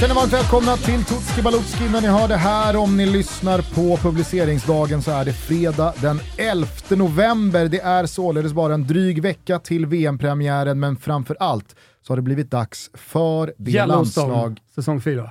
känner varmt välkomna till Tutski Balutski. När ni hör det här, om ni lyssnar på publiceringsdagen, så är det fredag den 11 november. Det är således bara en dryg vecka till VM-premiären, men framför allt så har det blivit dags för det landslag... säsong 4.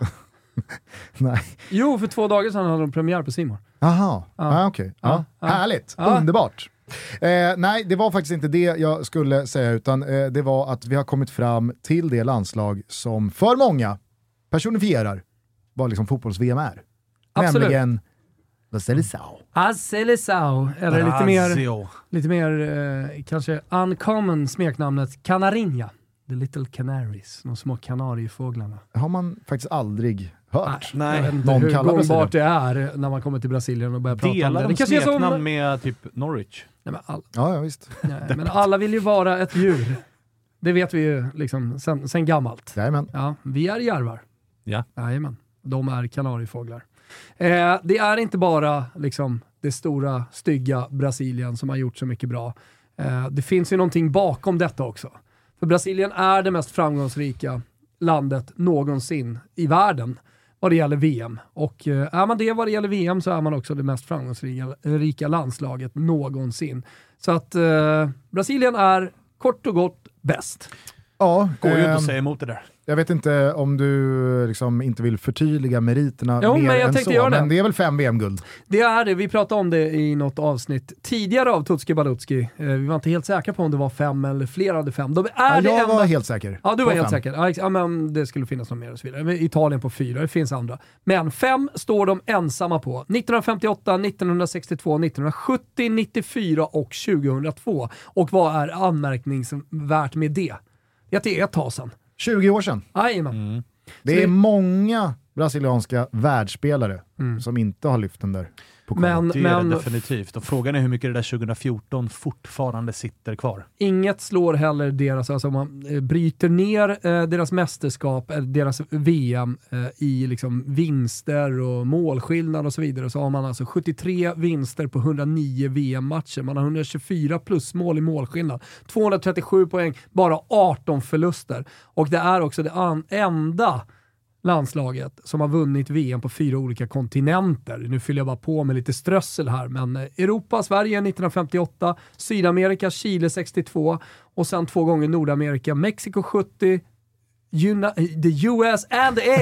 Nej. Jo, för 2 dagar sedan hade de premiär på C More. Aha, okej. Härligt, underbart. Nej, det var faktiskt inte det jag skulle säga, utan det var att vi har kommit fram till det landslag som för många personifierar vad liksom fotbolls-VM är. Absolut. Nämligen Seleção. Seleção, eller lite mer kanske uncommon smeknamnet Canarinha. The Little Canaries, de små kanariefåglarna. Har man faktiskt aldrig hört. Nej. Jag vet inte hur gångbart det är när man kommer till Brasilien och börjar prata om det. Delar de smeknamn med typ Norwich? Nej, men ja, visst. Nej, men alla vill ju vara ett djur. Det vet vi ju liksom sen gammalt. Jajamän. Ja, vi är järvar. Ja. Jajamän. De är kanariefåglar. Det är inte bara liksom det stora, stygga Brasilien som har gjort så mycket bra. Det finns ju någonting bakom detta också. För Brasilien är det mest framgångsrika landet någonsin i världen vad det gäller VM. Och är man det vad det gäller VM, så är man också det mest framgångsrika landslaget någonsin. Så att Brasilien är kort och gott bäst. Ja, går ju inte att säga emot det där. Jag vet inte om du liksom inte vill förtydliga meriterna mer än så, men det är väl 5 VM-guld? Det är det, vi pratade om det i något avsnitt tidigare av Tutski Balutski. Vi var inte helt säkra på om det var 5 eller fler hade 5. Jag var helt säker. Ja, du var helt säker. Ja, men det skulle finnas något mer och så vidare. Italien på 4, det finns andra. Men 5 står de ensamma på. 1958, 1962, 1970, 94 och 2002. Och vad är anmärkningsvärt med det? Det är ett tag sedan. 20 år sedan. Det är många brasilianska världsspelare som inte har lyft den där pokalen. Det är det definitivt. Och frågan är hur mycket det där 2014 fortfarande sitter kvar. Inget slår heller deras, alltså om man bryter ner deras mästerskap, deras VM i liksom vinster och målskillnad och så vidare, så har man alltså 73 vinster på 109 VM-matcher. Man har 124 plus mål i målskillnad. 237 poäng, bara 18 förluster. Och det är också det enda landslaget som har vunnit VM på 4 olika kontinenter. Nu fyller jag bara på med lite strössel här, men Europa, Sverige 1958, Sydamerika, Chile 62 och sen 2 gånger Nordamerika, Mexiko 70, the US and A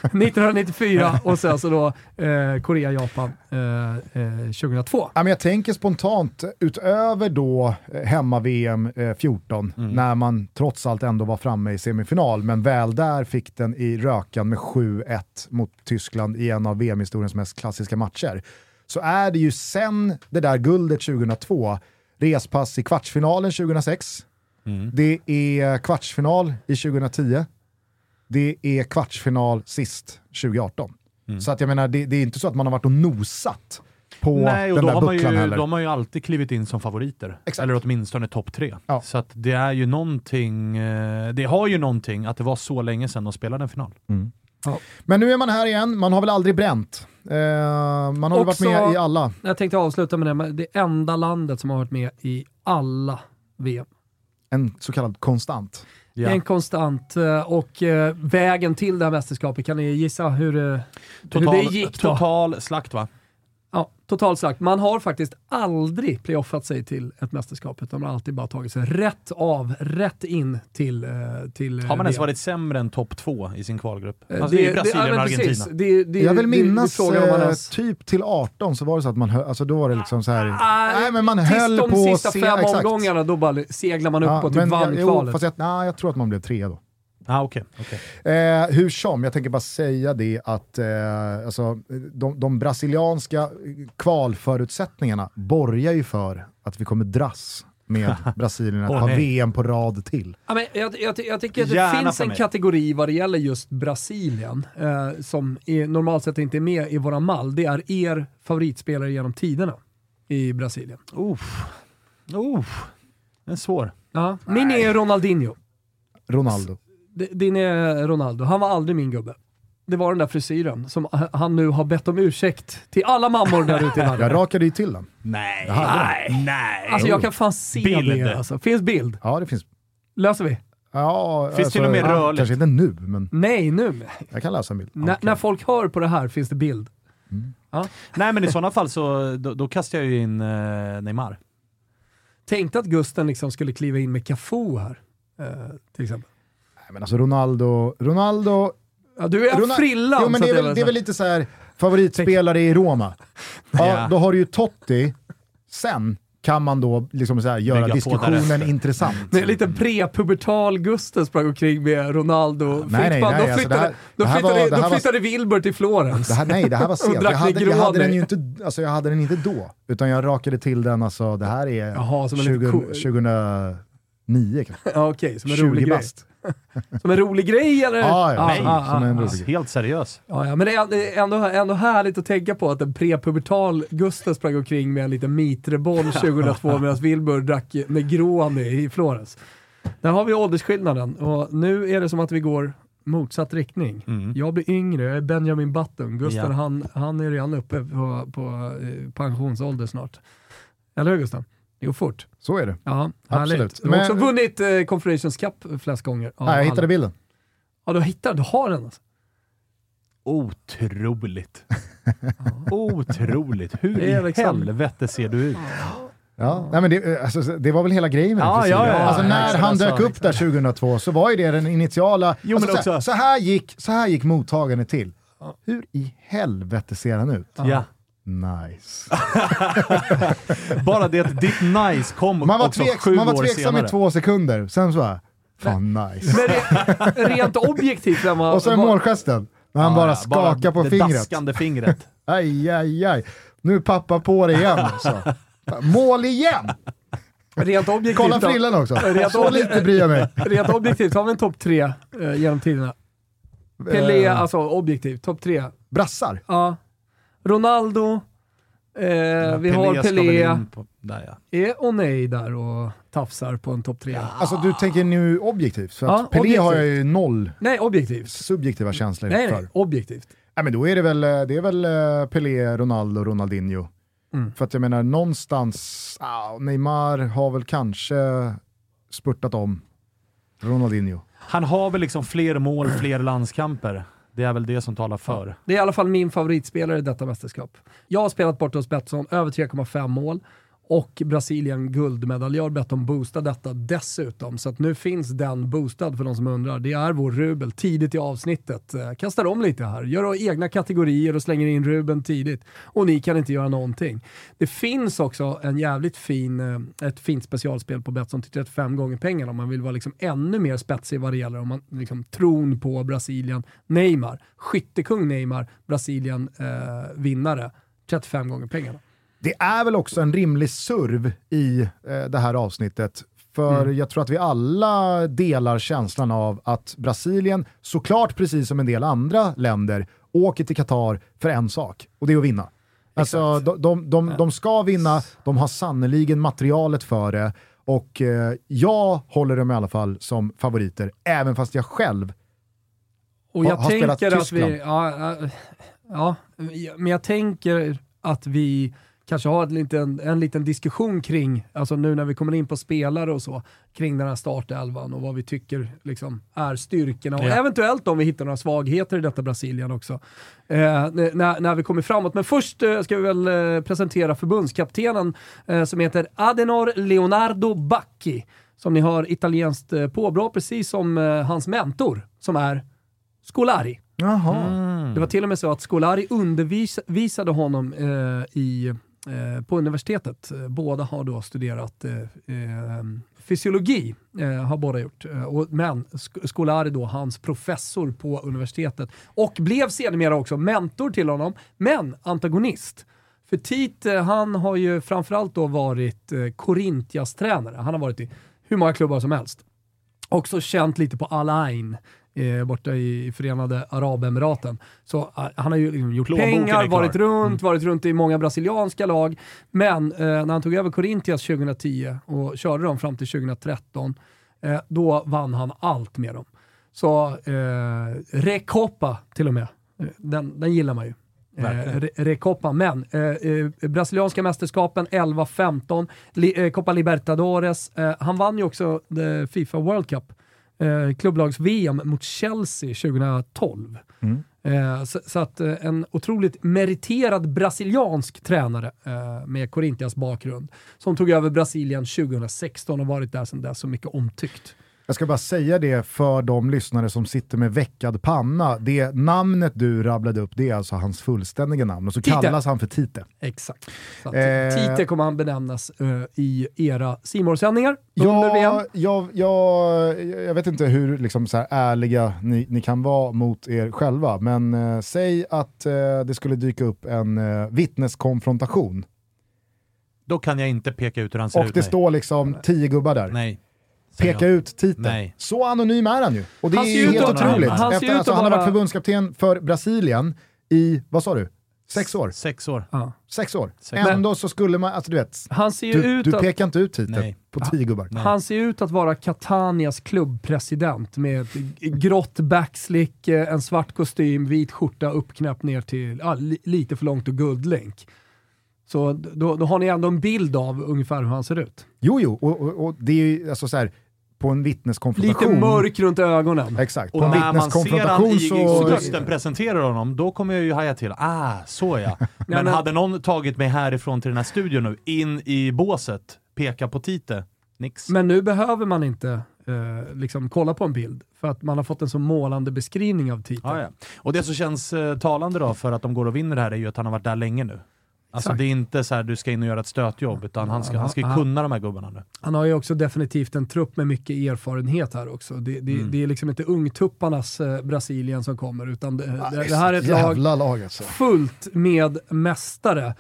1994 och sen så då Korea, Japan 2002. Ja, men jag tänker spontant, utöver då hemma-VM 14, när man trots allt ändå var framme i semifinal, men väl där fick den i rökan med 7-1 mot Tyskland i en av VM-historiens mest klassiska matcher. Så är det ju sen det där guldet 2002, respass i kvartsfinalen 2006, det är kvartsfinal i 2010, det är kvartsfinal sist 2018. Så att jag menar, det är inte så att man har varit och nosat på den där bucklan heller. De har ju alltid klivit in som favoriter. Exakt. Eller åtminstone topp 3. Ja. Så att det är ju någonting, det har ju någonting att det var så länge sedan de spelade en final. Ja. Men nu är man här igen, man har väl aldrig bränt. Man har varit med i alla. Jag tänkte avsluta med det enda landet som har varit med i alla VM. En så kallad konstant. Ja. En konstant, och vägen till det här mästerskapet, kan ni gissa hur det gick då? Total slakt, va? Ja, total slakt. Man har faktiskt aldrig playoffat sig till ett mästerskap, utan man har alltid bara tagit sig rätt in till har man ens varit sämre än topp 2 i sin kvalgrupp? Alltså det är Brasilien och Argentina. Jag vill minnas typ till 18 så var det så att man alltså då var det liksom så här. Nej, men man höll på de sista 5 omgångarna, då bara seglar man upp och typ vann kvalet. Jag tror att man blev 3 då. Okay. Hur som, jag tänker bara säga det att alltså, de brasilianska kvalförutsättningarna borgar ju för att vi kommer dras med Brasilien att ha VM på rad till. Ja, men jag tycker att det finns en kategori vad det gäller just Brasilien som normalt sett inte är med i våra mall. Det är er favoritspelare genom tiderna i Brasilien. Den är svår. Ja, min är Ronaldinho. Ronaldo. Din är Ronaldo. Han var aldrig min gubbe. Det var den där frisyren som han nu har bett om ursäkt till alla mammor där ute i världen. Jag rakade ju till den. Nej. Alltså jag kan fan se det. Alltså. Finns bild? Ja, det finns. Löser vi? Ja, finns till och med rörligt. Kanske inte nu, men... Nej, nu. Jag kan läsa en bild. När folk hör på det här finns det bild. Ja. Nej, men i sådana fall så då kastar jag ju in Neymar. Tänkte att Gusten liksom skulle kliva in med Cafu här, till exempel. Nej, men alltså Ronaldo... Ja, du är frillan. Jo, men det är väl lite så här favoritspelare i Roma. Ja, då har du ju Totti. Sen kan man då liksom så här göra diskussionen intressant. Det är lite prepubertal Gusten sprang omkring med Ronaldo. Nej, då flyttade Wilbur till Florens. Det här var sent. Jag hade den inte då, utan jag rakade till den, alltså det här är 2009 kanske. Ja, okej, som en rolig grej. Som en rolig grej eller? Helt seriös. Ja, men det är ändå härligt att tänka på att en prepubertal Gustav sprang omkring med en liten mitreboll 2002 medan Wilbur drack Negroni i Florens. Där har vi åldersskillnaden och nu är det som att vi går motsatt riktning. Jag blir yngre, jag är Benjamin Button. Gustav han är redan uppe på pensionsålder snart. Eller hur, Gustav? Det går fort. Så är det. Ja, absolut. Du har också vunnit Confederations Cup flest gånger. Nej, jag hittade bilden. Ja, du har den alltså. Otroligt. Otroligt. Hur i helvete ser du ut? Ja, nej, men det var väl hela grejen med när han dök upp där 2002 så var ju det den initiala... Så här gick mottagandet till. Hur i helvete ser han ut? Ja. Nice. Bara det att ditt nice kom man också 7 år senare. Man var tveksam i 2 sekunder. Sen så här, fan nice. Men rent objektivt. Och så är målgesten. När han bara skakar på fingret. Det daskande fingret. Aj. Nu är pappa på det igen. Så. Mål igen! Rent objektivt. Kolla frillan också. Så lite bryr jag mig. Rent objektivt har vi en topp 3 genom tiderna. Pelé, alltså objektivt. Topp 3. Brassar? Ja. Ronaldo, vi har Pelé, och nej där och tafsar på en topp 3. Ja. Alltså du tänker nu objektivt, för att Pelé objektivt. Har jag ju noll objektivt. Subjektiva känslor för. Nej, objektivt. Nej, men då är det väl Pelé, Ronaldo, Ronaldinho. För att jag menar, någonstans Neymar har väl kanske spurtat om Ronaldinho. Han har väl liksom fler mål, fler landskamper. Det är väl det som talar för. Ja, det är i alla fall min favoritspelare i detta mästerskap. Jag har spelat bort hos Betsson, över 3,5 mål. Och Brasilien guldmedaljör Betsson boostar detta dessutom. Så att nu finns den boostad för de som undrar. Det är vår rubel tidigt i avsnittet. Kastar om lite här. Gör egna kategorier och slänger in rubeln tidigt. Och ni kan inte göra någonting. Det finns också en jävligt ett fint specialspel på Betsson till 35 gånger pengarna. Om man vill vara liksom ännu mer spetsig vad det gäller. Om man liksom tron på Brasilien. Neymar. Skyttekung Neymar. Brasilien vinnare. 35 gånger pengarna. Det är väl också en rimlig serv i det här avsnittet. För jag tror att vi alla delar känslan av att Brasilien, såklart precis som en del andra länder, åker till Qatar för en sak. Och det är att vinna. Alltså, de ska vinna, de har sannoliken materialet för det. Och jag håller dem i alla fall som favoriter, även fast jag själv har spelat Tyskland. Men jag tänker att vi kanske har en liten diskussion kring, alltså nu när vi kommer in på spelare och så, kring den här startelvan och vad vi tycker liksom är styrkorna och eventuellt om vi hittar några svagheter i detta Brasilien också. När vi kommer framåt. Men först ska vi väl presentera förbundskaptenen som heter Adenor Leonardo Bacchi, som ni har italienskt påbrå, precis som hans mentor som är Scolari. Det var till och med så att Scolari undervisade honom på universitetet. Båda har då studerat fysiologi, har båda gjort. Men Scolari då, hans professor på universitetet. Och blev sedermera också mentor till honom, men antagonist. För Tite, han har ju framförallt då varit Corinthians tränare. Han har varit i hur många klubbar som helst. Också känt lite på Al-Ain borta i Förenade Arabemiraten. Så han har ju gjort pengar, varit runt i många brasilianska lag. Men när han tog över Corinthians 2010 och körde dem fram till 2013, då vann han allt med dem. Så Recopa till och med, den gillar man ju. Recopa, men brasilianska mästerskapen 11-15, Copa Libertadores, han vann ju också FIFA World Cup klubblags-VM mot Chelsea 2012. Så att en otroligt meriterad brasiliansk tränare med Corinthians bakgrund som tog över Brasilien 2016 och varit där sedan dess, så mycket omtyckt. Jag ska bara säga det för de lyssnare som sitter med veckad panna. Det namnet du rabblade upp, det är alltså hans fullständiga namn. Och så Tite. kallas han för Tite. Exakt. Så att Tite kommer han benämnas i era C-more-sändningar under VM. Jag vet inte hur liksom så här ärliga ni kan vara mot er själva. Men säg att det skulle dyka upp en vittneskonfrontation. Då kan jag inte peka ut hur han ser ut. Och det står liksom 10 gubbar där. Nej. Peka ut Tite. Nej. Så anonym är han ju. Och det är helt otroligt. Han har varit förbundskapten för Brasilien i, vad sa du? 6 år? 6 år. Ja. 6 år. Ändå så skulle man, alltså du vet, han ser ju du pekar inte ut Tite på 10 gubbar. Nej. Han ser ut att vara Catanias klubbpresident med ett grått backslick, en svart kostym, vit skjorta uppknäppt ner till lite för långt och guldlänk. Så då har ni ändå en bild av ungefär hur han ser ut. Jo, och det är ju alltså så här, på en vittneskonfrontation. Lite mörk runt ögonen. Exakt. Och när man ser han i rösten presenterar honom, då kommer jag ju haja till. Så ja. Men hade någon tagit mig härifrån till den här studion nu, in i båset, peka på Tite, nix. Men nu behöver man inte liksom kolla på en bild, för att man har fått en så målande beskrivning av Tite. Ja. Och det som känns talande då för att de går och vinner det här är ju att han har varit där länge nu. Alltså det är inte så här du ska in och göra ett stötjobb, utan han ska ju kunna de här gubbarna nu. Han har ju också definitivt en trupp med mycket erfarenhet här också. Det är liksom inte ungtupparnas Brasilien som kommer, utan det här är ett lag alltså. Fullt med mästare.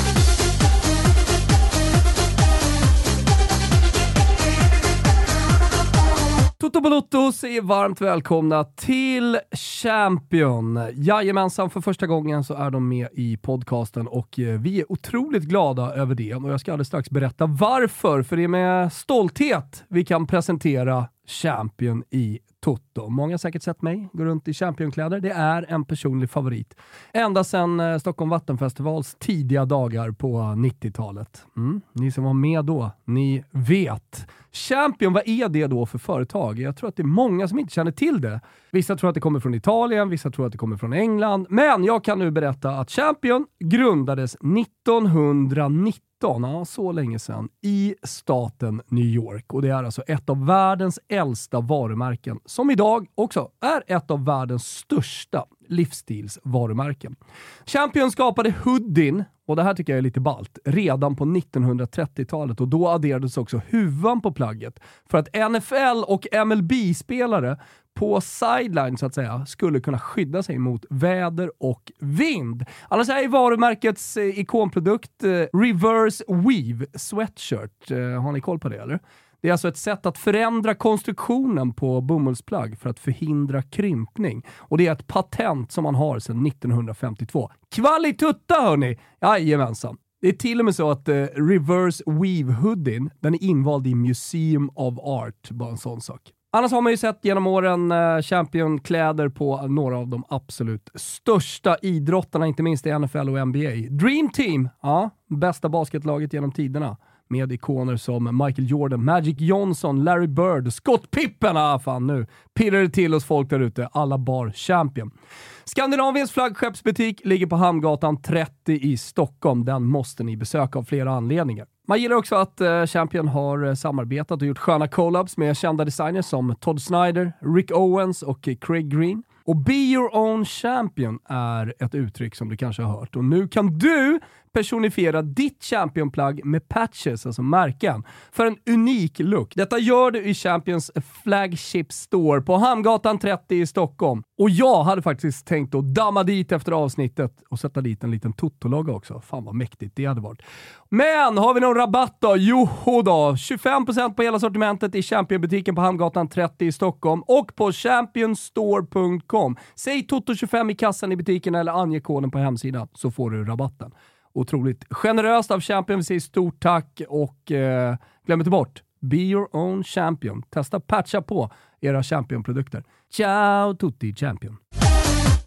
Toto Balotto säger varmt välkomna till Champion. Jajamensan, för första gången så är de med i podcasten och vi är otroligt glada över det. Och jag ska alldeles strax berätta varför, för det är med stolthet vi kan presentera Champion i Toto. Många har säkert sett mig gå runt i Championkläder. Det är en personlig favorit. Ända sedan Stockholm Vattenfestivals tidiga dagar på 90-talet. Ni som var med då, ni vet. Champion, vad är det då för företag? Jag tror att det är många som inte känner till det. Vissa tror att det kommer från Italien, vissa tror att det kommer från England. Men jag kan nu berätta att Champion grundades 1919. Så länge sedan, i staten New York. Och det är alltså ett av världens äldsta varumärken, som idag också är ett av världens största livsstilsvarumärken. Champion skapade hoodien, och det här tycker jag är lite ballt, redan på 1930-talet, och då adderades också huvan på plagget för att NFL och MLB-spelare på sideline så att säga skulle kunna skydda sig mot väder och vind. Annars är varumärkets ikonprodukt Reverse Weave Sweatshirt. Har ni koll på det eller? Det är alltså ett sätt att förändra konstruktionen på bomullsplagg för att förhindra krympning. Och det är ett patent som man har sedan 1952. Kvalitutta hörni! Jajamensan. Det är till och med så att Reverse Weave Hoodien, den är invald i Museum of Art. Bara en sån sak. Annars har man ju sett genom åren Champion-kläder på några av de absolut största idrottarna, inte minst i NFL och NBA. Dream Team, bästa basketlaget genom tiderna. Med ikoner som Michael Jordan, Magic Johnson, Larry Bird, Scott Pippen. Fan nu pirrar det till oss folk där ute. Alla bar Champion. Skandinaviens flaggskeppsbutik ligger på Hamngatan 30 i Stockholm. Den måste ni besöka av flera anledningar. Man gillar också att Champion har samarbetat och gjort sköna collabs med kända designers som Todd Snyder, Rick Owens och Craig Green. Och Be Your Own Champion är ett uttryck som du kanske har hört. Och nu kan du personifiera ditt Champion-plagg med patches, alltså märken, för en unik look. Detta gör du i Champions flagship store på Hamngatan 30 i Stockholm. Och jag hade faktiskt tänkt att damma dit efter avsnittet och sätta dit en liten Toto-logga också. Fan vad mäktigt det hade varit. Men har vi någon rabatt då? Jo då, 25% på hela sortimentet i Champion-butiken på Hamngatan 30 i Stockholm och på championstore.com. Säg Toto25 i kassan i butiken eller ange koden på hemsidan så får du rabatten. Otroligt generöst av Champion. Vi säger stort tack och glöm inte bort, be your own champion. Testa patcha på era Champion-produkter. Ciao tutti Champion.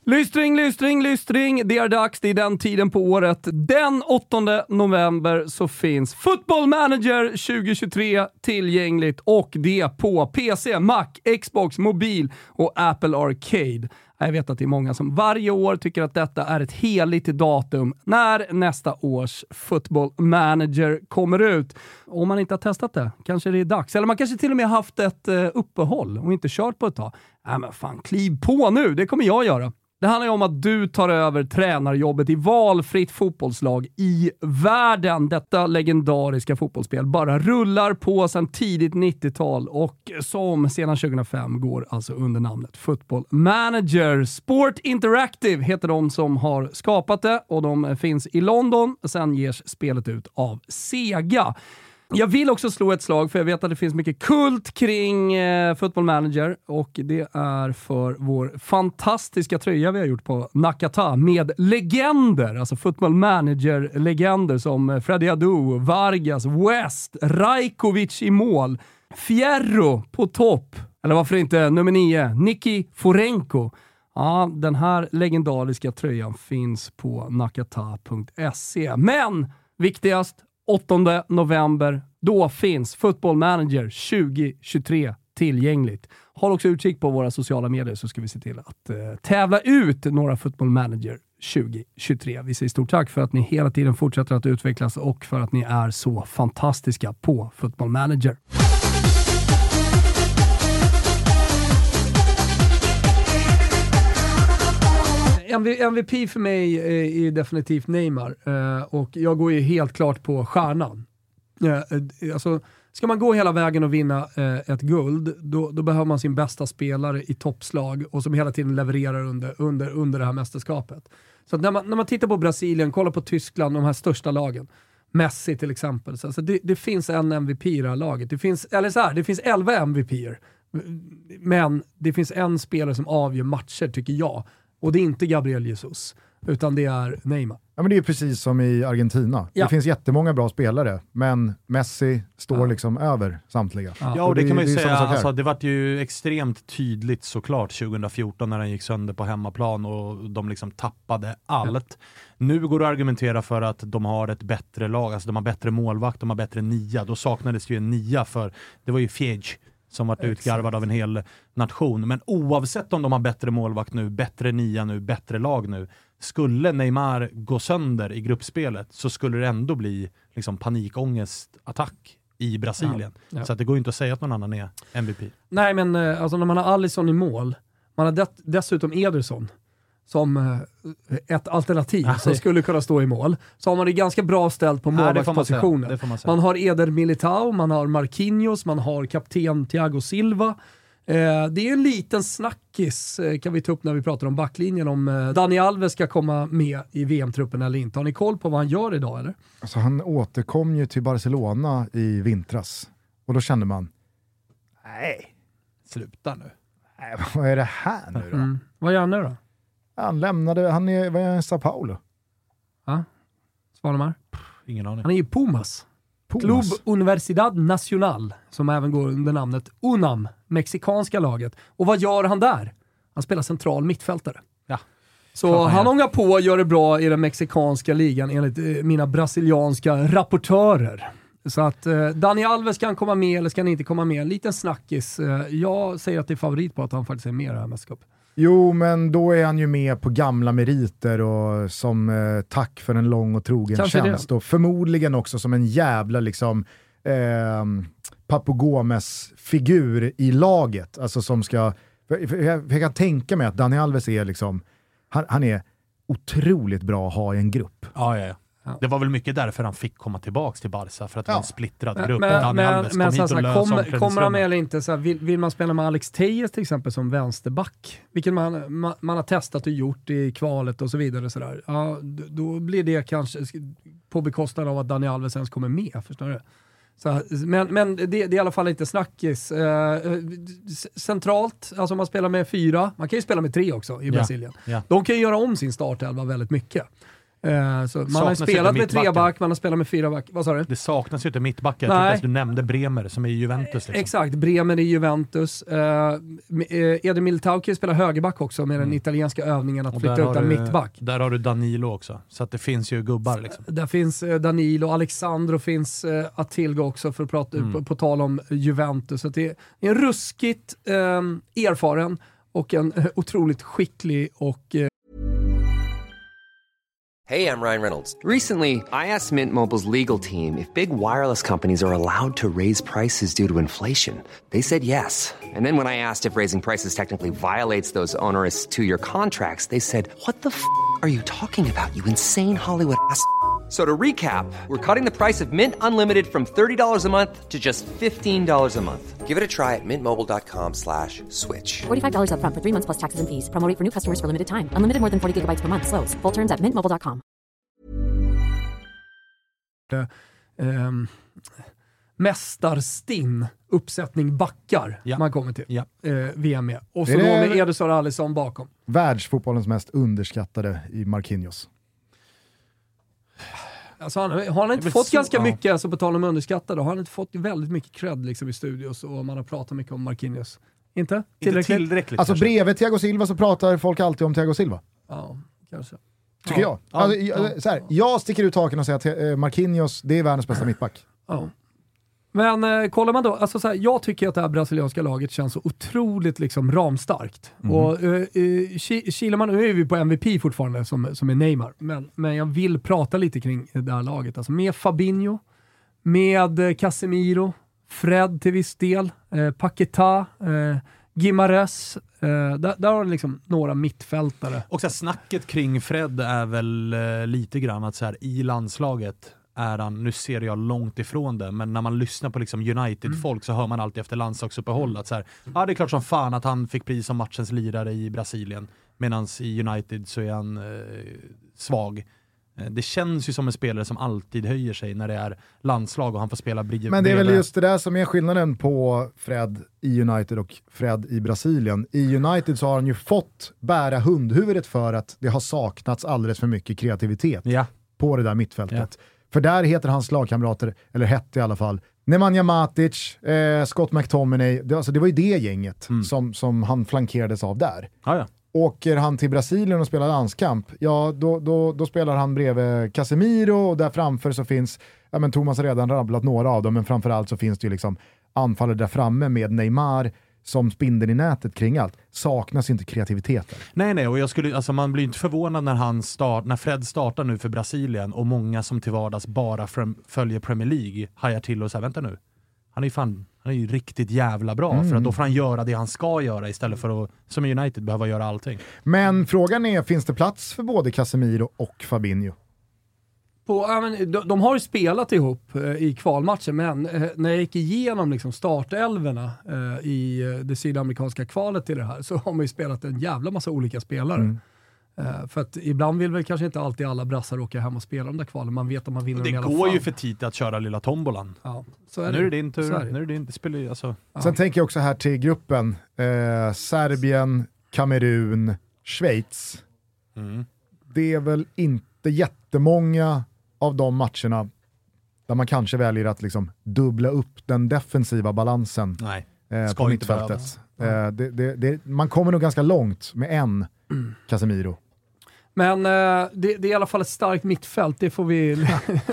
Lystring. Det är dags, det är den tiden på året. Den 8 november så finns Football Manager 2023 tillgängligt och det på PC, Mac, Xbox, mobil och Apple Arcade. Jag vet att det är många som varje år tycker att detta är ett heligt datum när nästa års Football Manager kommer ut. Om man inte har testat det, kanske det är dags. Eller man kanske till och med haft ett uppehåll och inte kört på ett tag. Men fan, kliv på nu, det kommer jag göra. Det handlar ju om att du tar över tränarjobbet i valfritt fotbollslag i världen. Detta legendariska fotbollsspel bara rullar på sedan tidigt 90-tal och som sedan 2005 går alltså under namnet Football Manager. Sport Interactive heter de som har skapat det och de finns i London. Sen ges spelet ut av Sega. Jag vill också slå ett slag för jag vet att det finns mycket kult kring Football Manager och det är för vår fantastiska tröja vi har gjort på Nakata med legender, alltså Football Manager-legender som Freddy Adu, Vargas, West, Rajkovic i mål, Fierro på topp, eller varför inte nummer 9, Niki Forenko. Ja, den här legendariska tröjan finns på nakata.se. Men viktigast, 8 november, då finns Football Manager 2023 tillgängligt. Håll också utkik på våra sociala medier så ska vi se till att tävla ut några Football Manager 2023. Vi säger stort tack för att ni hela tiden fortsätter att utvecklas och för att ni är så fantastiska på Football Manager. MVP för mig är definitivt Neymar och jag går ju helt klart på stjärnan. Alltså, ska man gå hela vägen och vinna ett guld då behöver man sin bästa spelare i toppslag och som hela tiden levererar under det här mästerskapet. Så att när man tittar på Brasilien, kollar på Tyskland, de här största lagen, Messi till exempel, så alltså det finns en MVP i det här laget. Det finns 11 MVP'er, men det finns en spelare som avgör matcher tycker jag. Och det är inte Gabriel Jesus, utan det är Neymar. Ja, men det är precis som i Argentina. Ja. Det finns jättemånga bra spelare, men Messi står liksom över samtliga. Ja, och det kan man ju säga, alltså, det var ju extremt tydligt såklart 2014 när den gick sönder på hemmaplan och de liksom tappade allt. Nu går det att argumentera för att de har ett bättre lag, alltså de har bättre målvakt, de har bättre nia. Då saknades ju en nia för, det var ju Fiege som varit utgarvad av en hel nation. Men oavsett om de har bättre målvakt nu, bättre nia nu, bättre lag nu, skulle Neymar gå sönder i gruppspelet så skulle det ändå bli liksom panikångestattack i Brasilien. Ja. Så att det går ju inte att säga att någon annan är MVP. Nej, men alltså när man har Alisson i mål, man har dessutom Ederson som ett alternativ som skulle kunna stå i mål. Så har man det ganska bra ställt på målvaktspositionen. Man har Eder Militao, man har Marquinhos, man har kapten Thiago Silva. Det är en liten snackis kan vi ta upp när vi pratar om backlinjen om Dani Alves ska komma med i VM-truppen eller inte. Har ni koll på vad han gör idag eller? Alltså, han återkom ju till Barcelona i vintras och då kände man nej, sluta nu. Nej, vad är det här nu då? Vad gör han nu då? Han är Sao Paulo. Ja, Svanemar? Ingen aning. Han är ju Pumas. Club Universidad Nacional, som även går under namnet UNAM, mexikanska laget. Och vad gör han där? Han spelar central mittfältare. Ja. Så han ångar på och gör det bra i den mexikanska ligan enligt mina brasilianska rapportörer. Så att Dani Alves kan komma med eller ska han inte komma med. En liten snackis. Jag säger att det är favorit på att han faktiskt är med i det här mästerskapet. Jo, men då är han ju med på gamla meriter och som tack för en lång och trogen kanske tjänst. Och förmodligen också som en jävla liksom Papu Gomes-figur i laget. Alltså som ska... Jag kan tänka mig att Dani Alves är liksom... Han är otroligt bra att ha i en grupp. Ja. Det var väl mycket därför han fick komma tillbaka till Barca, för att det var en splittrad grupp. Kommer han med eller inte? Så här, vill man spela med Alex Tejes till exempel som vänsterback, vilket man har testat och gjort i kvalet och så vidare, så där. Ja, då blir det kanske på bekostnad av att Dani Alves ens kommer med, förstår du? Så, men det är i alla fall inte snackis. Centralt, alltså man spelar med 4, man kan ju spela med 3 också i Brasilien. De kan ju göra om sin startelva väldigt mycket. Så man har spelat med 3-back, man har spelat med 4-back. Vad sa du? Det saknas ju inte mittbackar. Jag tyckte att du nämnde Bremer som är i Juventus. Liksom. Exakt, Bremer i Juventus. Eder Militao kan ju spela högerback också med den italienska övningen att flytta ut en mittback. Där har du Danilo också. Så att det finns ju gubbar. Liksom. Där finns Danilo, Alexandro finns att tillgå också för att prata på tal om Juventus. Så det är en ruskigt erfaren och en otroligt skicklig och... Hey, I'm Ryan Reynolds. Recently, I asked Mint Mobile's legal team if big wireless companies are allowed to raise prices due to inflation. They said yes. And then when I asked if raising prices technically violates those onerous 2-year contracts, they said, "What the f*** are you talking about, you insane Hollywood ass?" So to recap, we're cutting the price of Mint Unlimited from $30 a month to just $15 a month. Give it a try at mintmobile.com/switch. $45 up front for 3 months plus taxes and fees. Promo rate for new customers for limited time. Unlimited more than 40 gigabytes per month. Slows full terms at mintmobile.com. Mästarstinn uppsättning backar man kommer till VM med. Och så då med Ederson Alisson bakom. Världsfotbollens mest underskattade i Marquinhos. Alltså har han inte fått ganska mycket, alltså på tal om underskattade, har han inte fått väldigt mycket cred liksom i studios och man har pratat mycket om Marquinhos. Inte tillräckligt alltså kanske. Bredvid Thiago Silva så pratar folk alltid om Thiago Silva. Ja, kanske. Tycker jag. Alltså, så här, jag sticker ut taken och säger att Marquinhos, det är världens bästa mittback. Ja. Men kollar man då, alltså så här, jag tycker att det här brasilianska laget känns så otroligt liksom ramstarkt. Och Kileman, nu är vi på MVP fortfarande som är Neymar, men jag vill prata lite kring det här laget. Alltså med Fabinho, med Casemiro, Fred till viss del, Paquetá, Guimarães, där har liksom några mittfältare. Och så här, snacket kring Fred är väl lite grann att så här, i landslaget är han, nu ser jag långt ifrån det, men när man lyssnar på liksom United-folk så hör man alltid efter landslagsuppehåll att så här, det är klart som fan att han fick pris som matchens lirare i Brasilien, medan i United så är han svag. Det känns ju som en spelare som alltid höjer sig när det är landslag och han får spela bredvid. Men det är väl just det där som är skillnaden på Fred i United och Fred i Brasilien. I United så har han ju fått bära hundhuvudet för att det har saknats alldeles för mycket kreativitet på det där mittfältet. Ja. För där heter hans lagkamrater, eller hette i alla fall, Nemanja Matic, Scott McTominay, det var ju det gänget som han flankerades av där. Ja. Åker han till Brasilien och spelar landskamp, då spelar han bredvid Casemiro och där framför så finns, Thomas har redan rabblat några av dem, men framförallt så finns det ju liksom anfallare där framme med Neymar som spindeln i nätet kring allt. Saknas inte kreativiteten. Nej, och man blir inte förvånad när Fred startar nu för Brasilien och många som till vardags bara följer Premier League hajar till och säger, vänta nu, han är ju riktigt jävla bra för att då får han göra det han ska göra istället för att, som i United, behöva göra allting. Men frågan är, finns det plats för både Casemiro och Fabinho? De har ju spelat ihop i kvalmatchen, men när jag gick igenom liksom startelverna i det sydamerikanska kvalet till det här så har man ju spelat en jävla massa olika spelare. För att ibland vill väl kanske inte alltid alla brassar åka hem och spela de där kvalen. Man vet om man vinner. Det går ju för tidigt att köra lilla tombolan. Ja, så är nu det. Är det din tur. Nu är det din, det spelar ju, alltså. Sen tänker jag också här till gruppen. Serbien, Kamerun, Schweiz. Det är väl inte jättemånga av de matcherna där man kanske väljer att liksom dubbla upp den defensiva balansen på mittfältet. Man kommer nog ganska långt med en Casemiro. Men det är i alla fall ett starkt mittfält, det får vi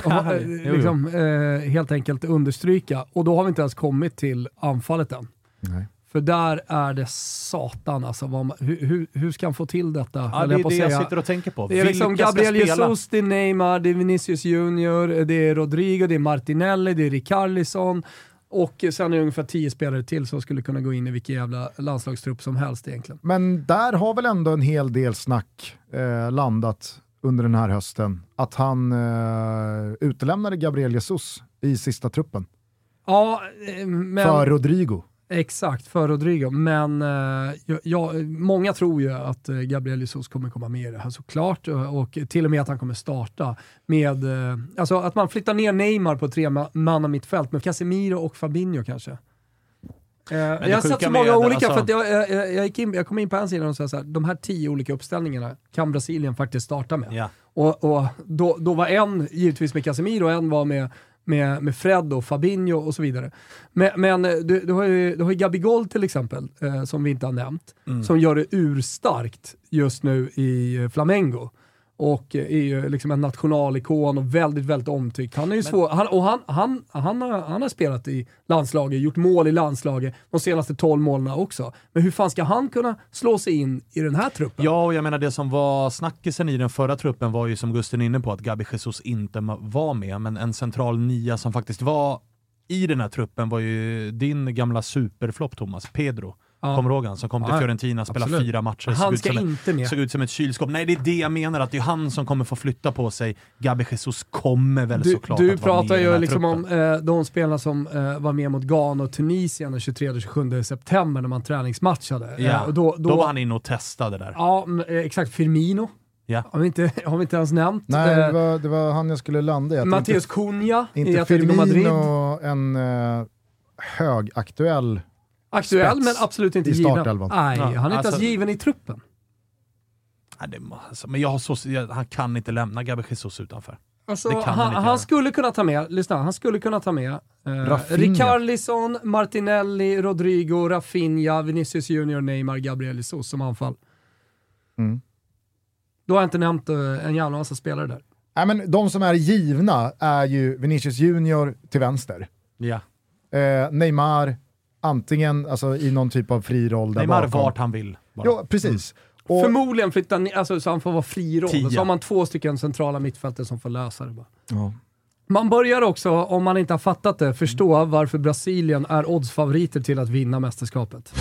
helt enkelt understryka. Och då har vi inte ens kommit till anfallet än. Nej. För där är det satan alltså. Hur ska han få till detta? Ja, det är det jag sitter och tänker på. Det är liksom Gabriel Jesus, det är Neymar, det är Vinicius Junior, det är Rodrigo, det är Martinelli, det är Richarlison. Och sen är det ungefär 10 spelare till som skulle kunna gå in i vilken jävla landslagstrupp som helst egentligen. Men där har väl ändå en hel del snack landat under den här hösten. Att han utelämnade Gabriel Jesus i sista truppen. Ja, men... För Rodrigo. Exakt, för Rodrigo. Men många tror ju att Gabriel Jesus kommer komma med i det här såklart. Och till och med att han kommer starta med... alltså att man flyttar ner Neymar på 3 manna mittfält med Casemiro och Fabinho kanske. Jag har sett så många olika, för att jag kom in på en sida och sa så här, de här 10 olika uppställningarna kan Brasilien faktiskt starta med. Ja. Och då var en givetvis med Casemiro, en var med Fred och Fabinho och så vidare. Men du har ju Gabigol till exempel, som vi inte har nämnt, som gör det urstarkt just nu i Flamengo. Och är ju liksom en nationalikon och väldigt, väldigt omtyckt. Han är ju svår. Han har spelat i landslaget, gjort mål i landslaget de senaste 12 månaderna också. Men hur fan ska han kunna slå sig in i den här truppen? Ja, och jag menar det som var snackisen i den förra truppen var ju, som Gusten är inne på, att Gabi Jesus inte var med. Men en central nia som faktiskt var i den här truppen var ju din gamla superflopp, Thomas, Pedro. Kommer ihåg han som kom till Fiorentina, spelade 4 matcher. Han ska inte med. Såg ut som ett kylskåp. Nej, det är det jag menar, att det är han som kommer få flytta på sig. Gabi Jesus kommer väl såklart du att vara med. Du pratar ju liksom truppen. om de spelarna som var med mot Ghana och Tunisien den 23-27 september när man träningsmatchade. Ja, då var han inne och testade där. Ja, exakt. Firmino. Ja. Har vi inte ens nämnt. Nej, det var han jag skulle landa i. Matteus Cunha inte i Atletico Madrid. En högaktuell aktuell, men absolut inte given. Nej, han är inte ens given i truppen. Men han kan inte lämna Gabi Jesus utanför. Alltså, han skulle kunna ta med, han skulle kunna ta med Richarlison, Martinelli, Rodrigo, Rafinha, Vinicius Junior, Neymar, Gabriel Jesus som anfall. Då har jag inte nämnt en jävla massa spelare där. Nej, men de som är givna är ju Vinicius Junior till vänster. Ja. Neymar antingen alltså i någon typ av fri roll där Neymar bakom. Vart han vill. Bara. Ja, precis. Och förmodligen flyttar så han får vara fri roll. Och så har man 2 stycken centrala mittfältare som får lösa det bara. Ja. Man börjar också, om man inte har fattat det, förstå varför Brasilien är oddsfavoriter till att vinna mästerskapet.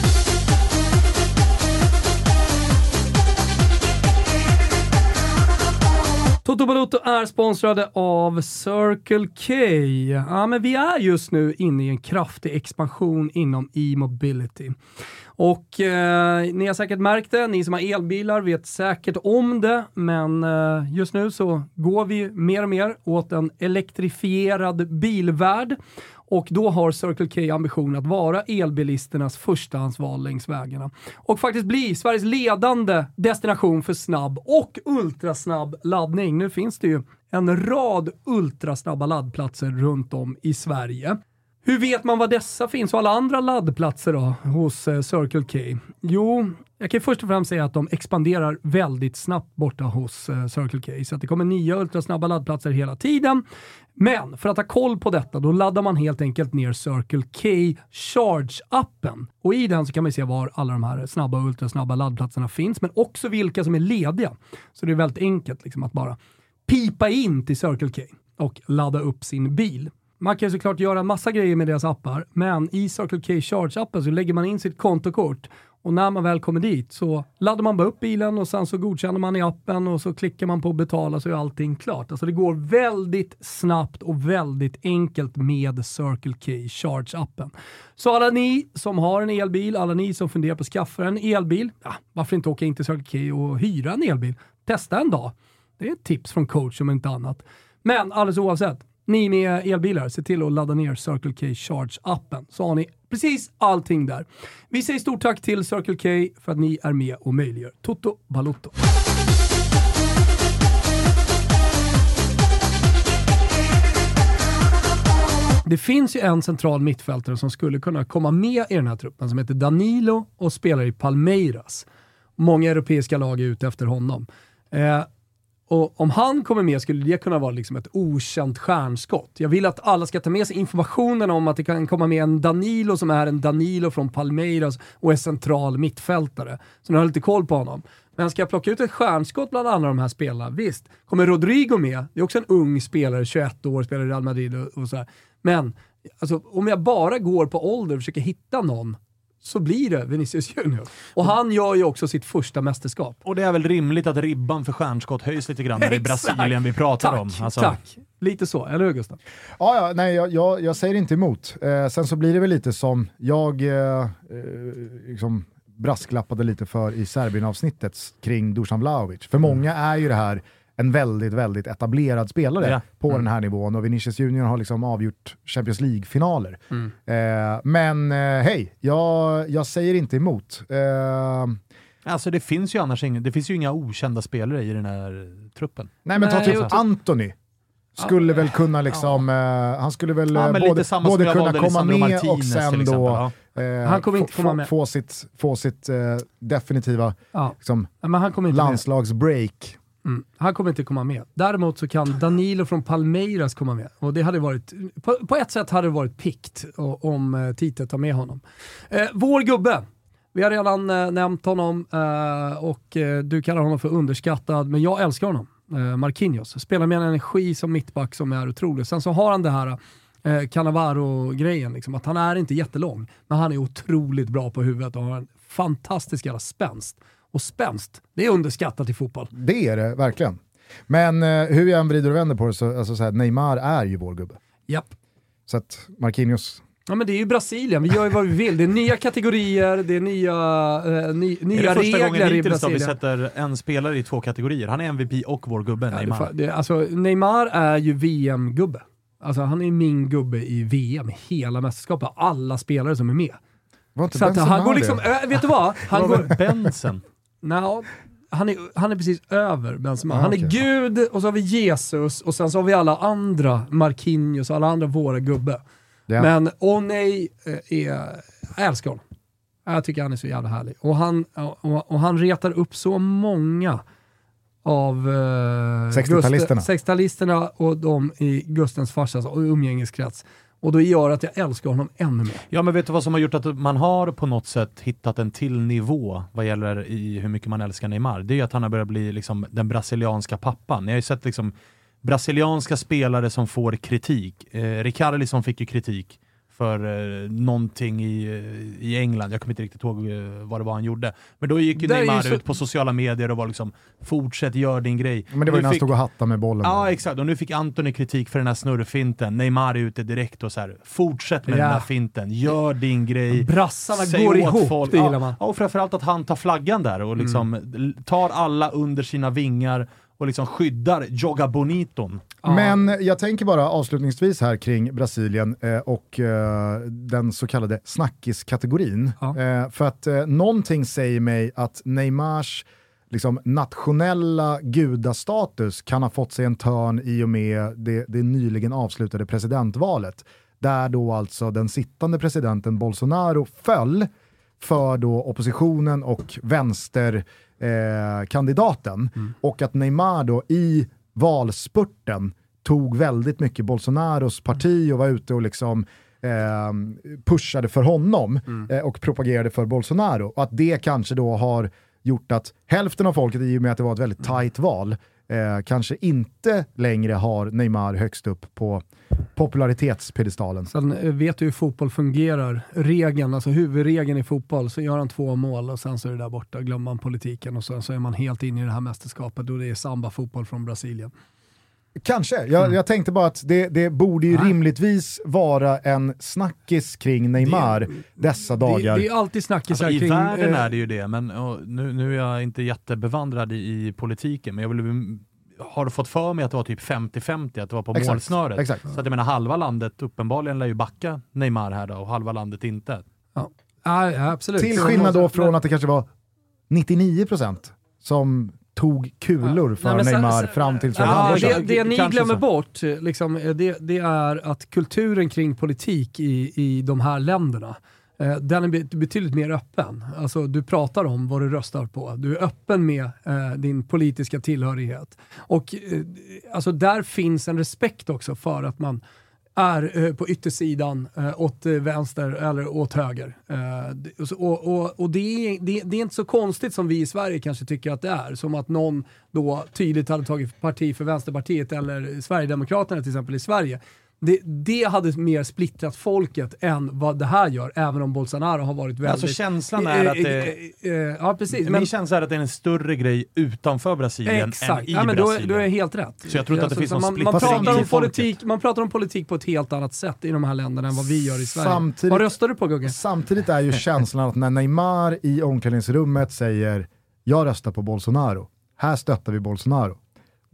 Toto Balotto är sponsrade av Circle K. Ja, men vi är just nu inne i en kraftig expansion inom e-mobility. Och ni har säkert märkt det, ni som har elbilar vet säkert om det, men just nu så går vi mer och mer åt en elektrifierad bilvärld. Och då har Circle K ambition att vara elbilisternas förstahandsval längs vägarna. Och faktiskt bli Sveriges ledande destination för snabb och ultrasnabb laddning. Nu finns det ju en rad ultrasnabba laddplatser runt om i Sverige. Hur vet man vad dessa finns och alla andra laddplatser då hos Circle K? Jo, jag kan först och främst säga att de expanderar väldigt snabbt borta hos Circle K. Så att det kommer nya ultrasnabba laddplatser hela tiden. Men för att ha koll på detta, då laddar man helt enkelt ner Circle K Charge-appen. Och i den så kan man se var alla de här snabba och ultrasnabba laddplatserna finns, men också vilka som är lediga. Så det är väldigt enkelt liksom att bara pipa in till Circle K och ladda upp sin bil. Man kan såklart göra en massa grejer med deras appar, men i Circle K Charge-appen så lägger man in sitt kontokort och när man väl kommer dit så laddar man bara upp bilen och sen så godkänner man i appen och så klickar man på betala så är allting klart. Alltså det går väldigt snabbt och väldigt enkelt med Circle K Charge-appen. Så alla ni som har en elbil, alla ni som funderar på att skaffa en elbil, varför inte åka in till Circle K och hyra en elbil? Testa en dag. Det är ett tips från coach om inte annat. Men alldeles oavsett, ni med elbilar, se till att ladda ner Circle K Charge-appen så har ni precis allting där. Vi säger stort tack till Circle K för att ni är med och möjliggör Toto Balotto. Det finns ju en central mittfältare som skulle kunna komma med i den här truppen som heter Danilo och spelar i Palmeiras. Många europeiska lag är ute efter honom. Och om han kommer med skulle det kunna vara liksom ett okänt stjärnskott. Jag vill att alla ska ta med sig informationen om att det kan komma med en Danilo som är en Danilo från Palmeiras och är central mittfältare. Så ni har lite koll på honom. Men ska jag plocka ut ett stjärnskott bland alla de här spelarna? Visst. Kommer Rodrigo med? Det är också en ung spelare, 21 år, spelar i Real Madrid och så här. Men alltså, om jag bara går på ålder och försöker hitta någon så blir det Vinicius Junior. Och han gör ju också sitt första mästerskap. Och det är väl rimligt att ribban för stjärnskott höjs lite grann när det är Brasilien vi pratar om. Alltså. Tack. Lite så, eller hur Gustav? Ja, nej, jag säger inte emot. Sen så blir det väl lite som jag liksom brasklappade lite för i Serbien-avsnittet kring Dusan Vlahovic. För många är ju det här en väldigt, väldigt etablerad spelare på den här nivån, och Vinicius Junior har liksom avgjort Champions League-finaler. Men hej, jag säger inte emot. Alltså det finns ju annars inga okända spelare i den här truppen. Nej, men ta typ Antony. Skulle väl kunna liksom, han skulle väl både kunna komma med och sen då han kommer inte komma med. Få sitt definitiva liksom, men han kommer inte landslagsbreak. Han kommer inte komma med. Däremot så kan Danilo från Palmeiras komma med. Och det hade varit, på ett sätt hade det varit pikt om Tite tar med honom. Vår gubbe. Vi har redan nämnt honom och du kallar honom för underskattad, men jag älskar honom. Marquinhos. Spelar med en energi som mittback som är otrolig. Sen så har han det här Cannavaro-grejen, liksom, att han är inte jättelång, men han är otroligt bra på huvudet och har en fantastisk jävla spänst. Och spänst, det är underskattat i fotboll. Det är det, verkligen. Men hur jag än vrider och vänder på det så här, Neymar är ju vår gubbe. Japp. Så att Marquinhos... Ja, men det är ju Brasilien, vi gör ju vad vi vill. Det är nya kategorier, det är nya regler i Brasilien. Det är första gången hittills vi sätter en spelare i 2 kategorier. Han är MVP och vår gubbe, Neymar. Alltså, Neymar är ju VM-gubbe. Alltså, han är min gubbe i VM, hela mästerskapet. Alla spelare som är med. Så att han går liksom, vet du vad? Han går Benson. No, han är precis över Benzema. Han är Gud, och så har vi Jesus, och sen så har vi alla andra, Marquinhos och alla andra våra gubbe. Yeah. Men Oney jag älskar honom. Jag tycker han är så jävla härlig. Och han retar upp så många av 60-talisterna och de i Gustens farsas och umgängeskrets. Och då gör att jag älskar honom ännu mer. Ja, men vet du vad som har gjort att man har på något sätt hittat en till nivå vad gäller i hur mycket man älskar Neymar? Det är att han har börjat bli liksom den brasilianska pappan. Jag har ju sett liksom brasilianska spelare som får kritik. Ricardo som fick ju kritik för någonting i England. Jag kommer inte riktigt ihåg vad det var han gjorde. Men då gick ju Neymar ut på sociala medier och var liksom, fortsätt, gör din grej. Men det var ju när han stod och hattade med bollen. Ja, exakt. Och nu fick Antony kritik för den här snurrfinten. Neymar är ute direkt och så här, fortsätt med den här finten. Gör din grej. Brassarna går ihop, folk. Det gillar man. Ja, och framförallt att han tar flaggan där och liksom tar alla under sina vingar och liksom skyddar Joga Boniton. Men jag tänker bara avslutningsvis här kring Brasilien och den så kallade snackiskategorin. För att någonting säger mig att Neymars liksom nationella gudastatus kan ha fått sig en törn i och med det nyligen avslutade presidentvalet. Där då alltså den sittande presidenten Bolsonaro föll för då oppositionen och vänsterkandidaten. Och att Neymar då i valspurten tog väldigt mycket Bolsonaros parti och var ute och liksom pushade för honom och propagerade för Bolsonaro. Och att det kanske då har gjort att hälften av folket, i och med att det var ett väldigt tajt val, kanske inte längre har Neymar högst upp på popularitetspedestalen. Sen vet du hur fotboll fungerar. Regeln, alltså huvudregeln i fotboll, så gör han 2 mål och sen så är det där borta, glömmer man politiken och så är man helt inne i det här mästerskapet och det är samba-fotboll från Brasilien. Kanske. Jag tänkte bara att det borde ju rimligtvis vara en snackis kring Neymar dessa dagar. Det är alltid snackis alltså, kring... I världen är det ju det, men nu är jag inte jättebevandrad i politiken, men jag har fått för mig att det var typ 50-50, att det var på målsnöret. Exakt. Så att jag menar, halva landet uppenbarligen lär ju backa Neymar här då, och halva landet inte. Ja, absolut. Till skillnad då från att det kanske var 99% som tog kulor för Neymar fram till det ni glömmer bort liksom, det är att kulturen kring politik i de här länderna, den är betydligt mer öppen. Alltså, du pratar om vad du röstar på. Du är öppen med din politiska tillhörighet. Och alltså, där finns en respekt också för att man är på yttersidan åt vänster eller åt höger. Och det är inte så konstigt som vi i Sverige kanske tycker att det är. Som att någon då tydligt hade tagit parti för Vänsterpartiet eller Sverigedemokraterna till exempel i Sverige. Det hade mer splittrat folket än vad det här gör, även om Bolsonaro har varit väldigt... Alltså känslan är att det... ja, precis. Min känsla är att det är en större grej utanför Brasilien än i men Brasilien. Då är helt rätt. Så jag tror inte att det finns någon splittring. Man pratar om politik på ett helt annat sätt i de här länderna än vad vi gör i Sverige. Vad röstar du på, Gugge? Samtidigt är ju känslan att när Neymar i omklädningsrummet säger jag röstar på Bolsonaro, här stöttar vi Bolsonaro,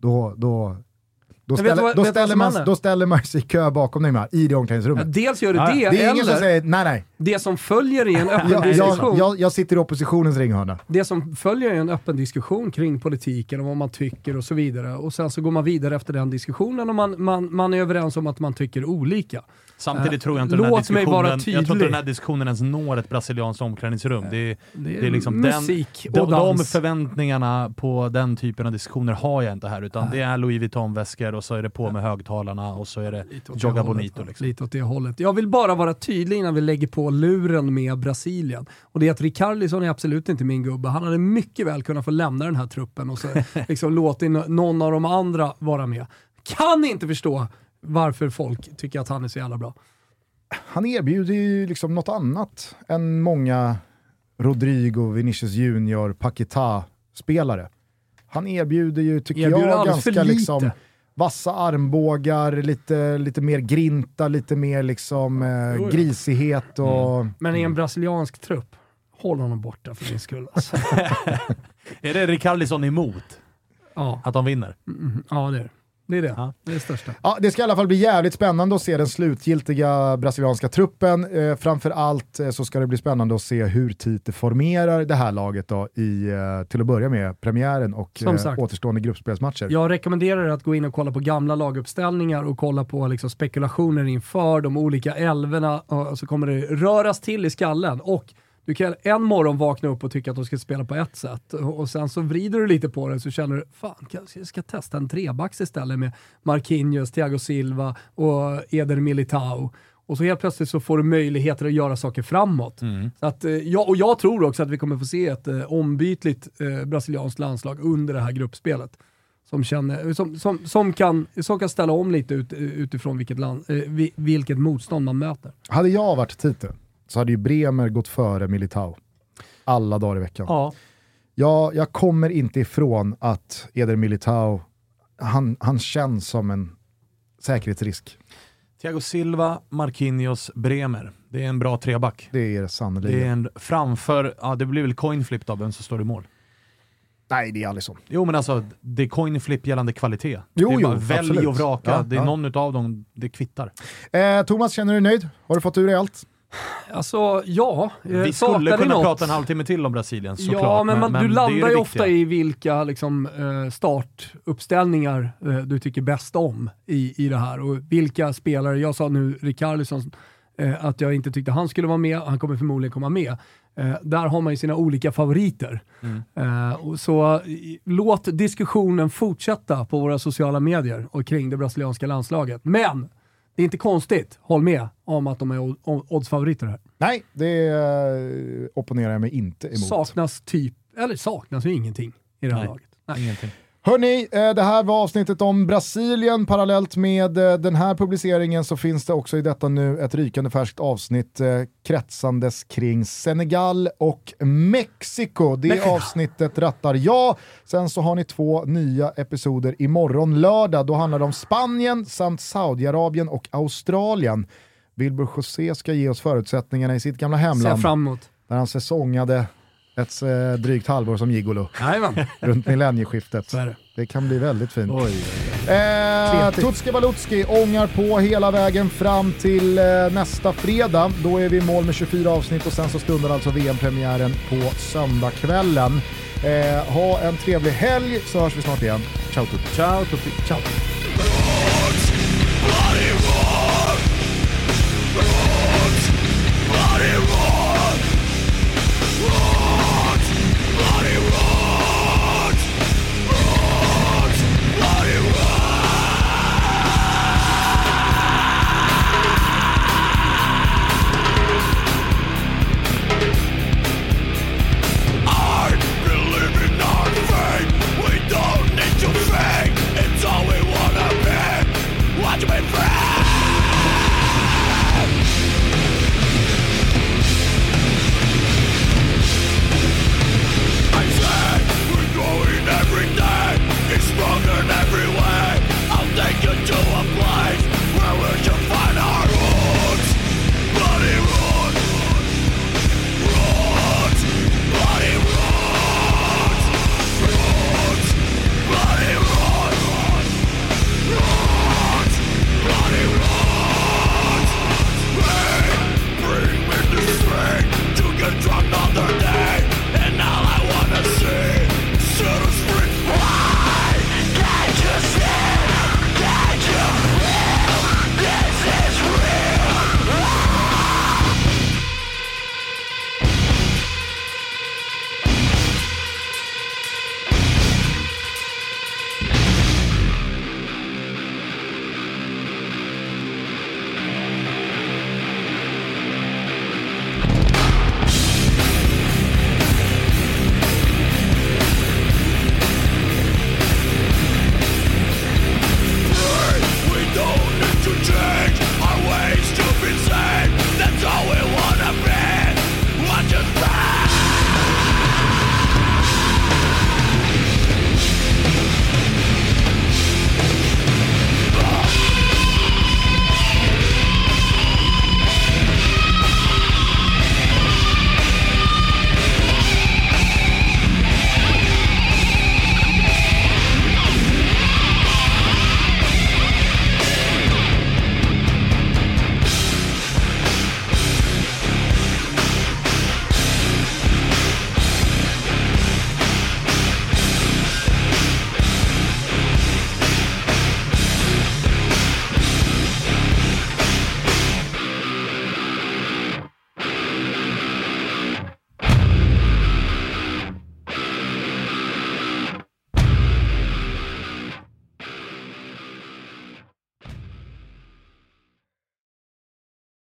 då ställer man sig i kö bakom Neymar i det omklädningsrummet. Ja, dels gör det det, är ingen som säger nej. Det som följer i en öppen diskussion. Jag sitter i oppositionens ringhörna. Det som följer i en öppen diskussion kring politiken och vad man tycker och så vidare. Och sen så går man vidare efter den diskussionen och man är överens om att man tycker olika. Samtidigt tror jag inte jag tror inte den här diskussionen ens når ett brasilianskt omklädningsrum. Det är liksom musik och dans. De förväntningarna på den typen av diskussioner har jag inte här, utan det är Louis Vuitton-väskor och så är det på med högtalarna och så är det Joga Bonito. Liksom. Lite åt det hållet. Jag vill bara vara tydlig innan vi lägger på luren med Brasilien. Och det är att Richarlison är absolut inte min gubbe. Han hade mycket väl kunnat få lämna den här truppen och så liksom låta någon av de andra vara med. Kan inte förstå varför folk tycker att han är så jävla bra. Han erbjuder ju liksom något annat än många Rodrigo, Vinicius Junior, Paquetá-spelare. Han erbjuder ju, tycker jag, ganska liksom vassa armbågar, lite mer grinta, lite mer liksom grisighet. Och... Men i en brasiliansk trupp, håll honom borta för din skull. Alltså. Är det Richarlison emot? Ja. Att de vinner? Ja, det är det. Det är det. Ja. Det är det största. Ja, det ska i alla fall bli jävligt spännande att se den slutgiltiga brasilianska truppen. Framförallt så ska det bli spännande att se hur Tite formerar det här laget då till att börja med premiären och återstående gruppspelsmatcher. Jag rekommenderar att gå in och kolla på gamla laguppställningar och kolla på liksom spekulationer inför de olika älvorna, och så kommer det röras till i skallen. Och du kan en morgon vakna upp och tycka att de ska spela på ett sätt och sen så vrider du lite på det så känner du, fan, jag ska testa en trebacks istället med Marquinhos, Thiago Silva och Eder Militao. Och så helt plötsligt så får du möjligheter att göra saker framåt. Så att, jag tror också att vi kommer få se ett ombytligt brasilianskt landslag under det här gruppspelet. Som kan ställa om lite utifrån vilket motstånd man möter. Hade jag varit Tite så hade ju Bremer gått före Militao alla dagar i veckan. Ja. Jag kommer inte ifrån att Eder Militao, han känns som en säkerhetsrisk. Thiago Silva, Marquinhos, Bremer. Det är en bra treback. Det är det sannolikt. Det blir väl coinflip då, vem som står i mål. Nej, det är aldrig så. Jo, men alltså, det är coinflip gällande kvalitet. Välj och vraka. Ja, det är någon utav dem, det kvittar. Thomas, känner du dig nöjd? Har du fått ur dig allt? Alltså, ja. Vi skulle kunna prata en halvtimme till om Brasilien, såklart. Ja, men du landar ju ofta i vilka liksom, startuppställningar du tycker bäst om i det här. Och vilka spelare, jag sa nu Richarlison, att jag inte tyckte han skulle vara med. Han kommer förmodligen komma med. Där har man ju sina olika favoriter. Och så låt diskussionen fortsätta på våra sociala medier och kring det brasilianska landslaget. Men det är inte konstigt, håll med om att de är oddsfavoriter här. Nej, det opponerar jag mig inte emot. Saknas ju ingenting i det här laget. Nej, ingenting. Hörrni, det här var avsnittet om Brasilien. Parallellt med den här publiceringen så finns det också i detta nu ett rykande färskt avsnitt kretsandes kring Senegal och Mexiko. Det avsnittet rattar jag. Sen så har ni 2 nya episoder imorgon lördag. Då handlar det om Spanien samt Saudiarabien och Australien. Wilbur José ska ge oss förutsättningarna i sitt gamla hemland. Ser fram emot. Där han säsongade ett drygt halvår som gigolo. Runt millennieskiftet. Det kan bli väldigt fint. Tutski Balutski ångar på hela vägen fram till nästa fredag. Då är vi i mål med 24 avsnitt och sen så stundar alltså VM-premiären på söndagskvällen. Ha en trevlig helg så hörs vi snart igen. Ciao Tutti. Ciao Tutti. Ciao.